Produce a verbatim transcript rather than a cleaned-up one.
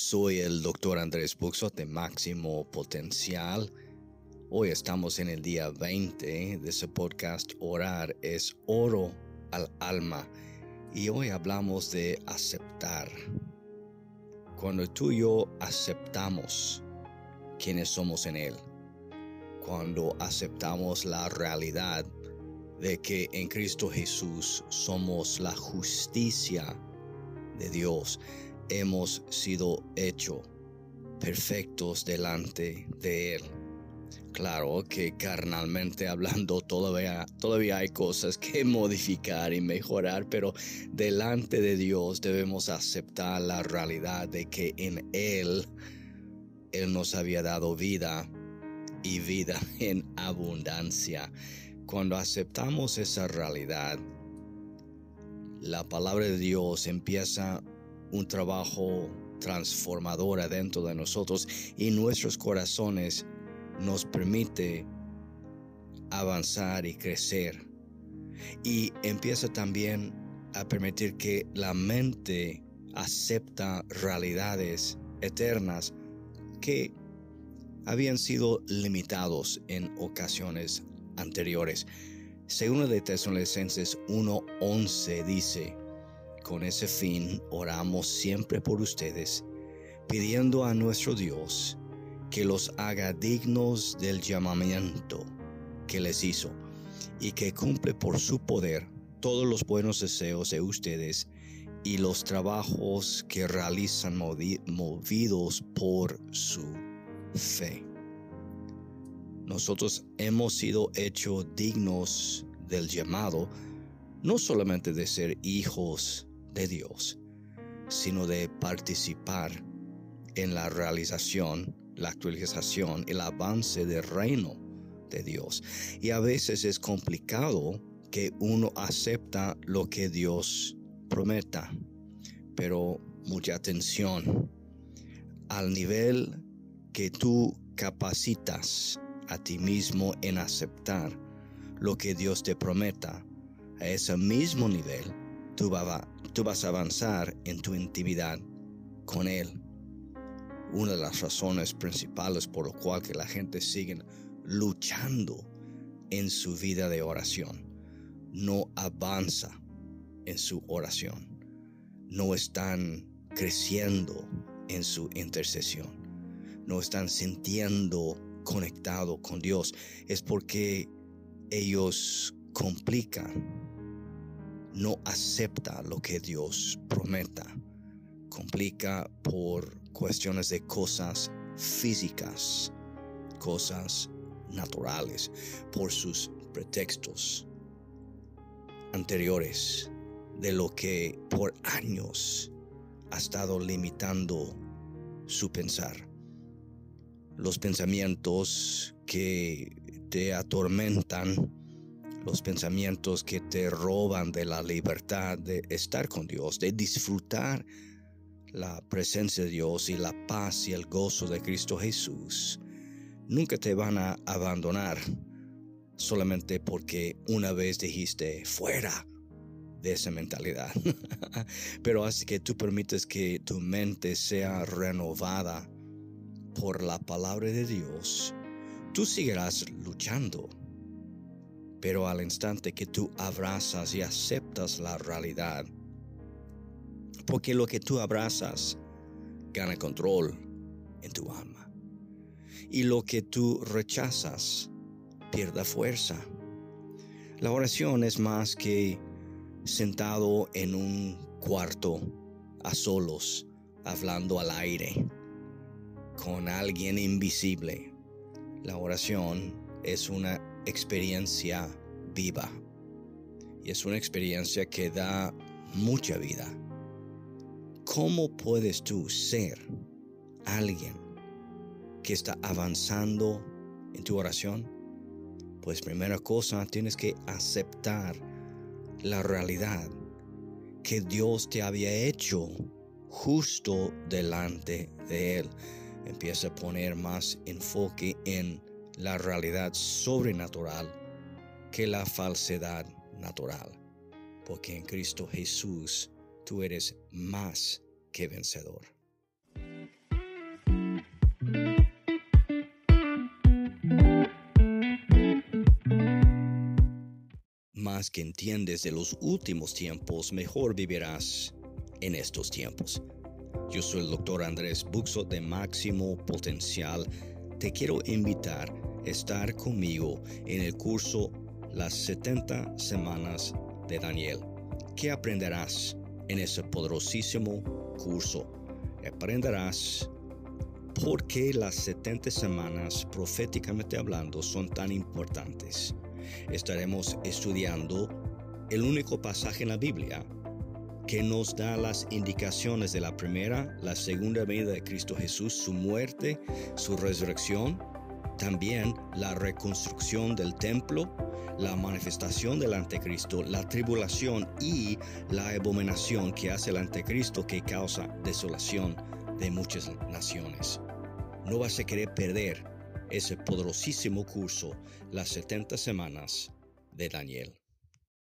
Soy el doctor Andrés Buxot de Máximo Potencial. Hoy estamos en el día veinte de ese podcast Orar es oro al alma. Y hoy hablamos de aceptar. Cuando tú y yo aceptamos quiénes somos en Él, cuando aceptamos la realidad de que en Cristo Jesús somos la justicia de Dios, hemos sido hechos perfectos delante de Él. Claro que carnalmente hablando todavía, todavía hay cosas que modificar y mejorar, pero delante de Dios debemos aceptar la realidad de que en Él, Él nos había dado vida y vida en abundancia. Cuando aceptamos esa realidad, la palabra de Dios empieza un trabajo transformador adentro de nosotros y nuestros corazones nos permite avanzar y crecer. Y empieza también a permitir que la mente acepta realidades eternas que habían sido limitados en ocasiones anteriores. Segunda de Tesalonicenses uno once dice: con ese fin oramos siempre por ustedes, pidiendo a nuestro Dios que los haga dignos del llamamiento que les hizo y que cumple por su poder todos los buenos deseos de ustedes y los trabajos que realizan movi- movidos por su fe. Nosotros hemos sido hechos dignos del llamado, no solamente de ser hijos de Dios, sino de participar en la realización, la actualización, el avance del reino de Dios. Y a veces es complicado que uno acepta lo que Dios prometa, pero mucha atención. Al nivel que tú capacitas a ti mismo en aceptar lo que Dios te prometa, a ese mismo nivel tú, va, tú vas a avanzar en tu intimidad con Él. Una de las razones principales por lo cual que la gente sigue luchando en su vida de oración, no avanza en su oración, no están creciendo en su intercesión, no están sintiendo conectado con Dios, es porque ellos complican, no acepta lo que Dios prometa, complica por cuestiones de cosas físicas, cosas naturales, por sus pretextos anteriores de lo que por años ha estado limitando su pensar. Los pensamientos que te atormentan, los pensamientos que te roban de la libertad de estar con Dios, de disfrutar la presencia de Dios y la paz y el gozo de Cristo Jesús, nunca te van a abandonar solamente porque una vez dijiste fuera de esa mentalidad. Pero así que tú permites que tu mente sea renovada por la palabra de Dios, tú seguirás luchando. Pero al instante que tú abrazas y aceptas la realidad, porque lo que tú abrazas gana control en tu alma, y lo que tú rechazas pierde fuerza. La oración es más que sentado en un cuarto a solos, hablando al aire con alguien invisible. La oración es una experiencia viva y es una experiencia que da mucha vida. ¿Cómo puedes tú ser alguien que está avanzando en tu oración? Pues primera cosa, tienes que aceptar la realidad que Dios te había hecho justo delante de Él. Empieza a poner más enfoque en la realidad sobrenatural que la falsedad natural, porque en Cristo Jesús tú eres más que vencedor. más que entiendes de los últimos tiempos, mejor vivirás en estos tiempos. Yo soy el doctor Andrés Buxo de Máximo Potencial. Te quiero invitar a estar conmigo en el curso Las setenta Semanas de Daniel. ¿Qué aprenderás en ese poderosísimo curso? Aprenderás por qué las setenta semanas, proféticamente hablando, son tan importantes. Estaremos estudiando el único pasaje en la Biblia que nos da las indicaciones de la primera, la segunda venida de Cristo Jesús, su muerte, su resurrección, también la reconstrucción del templo, la manifestación del anticristo, la tribulación y la abominación que hace el anticristo, que causa desolación de muchas naciones. No vas a querer perder ese poderosísimo curso, las setenta semanas de Daniel.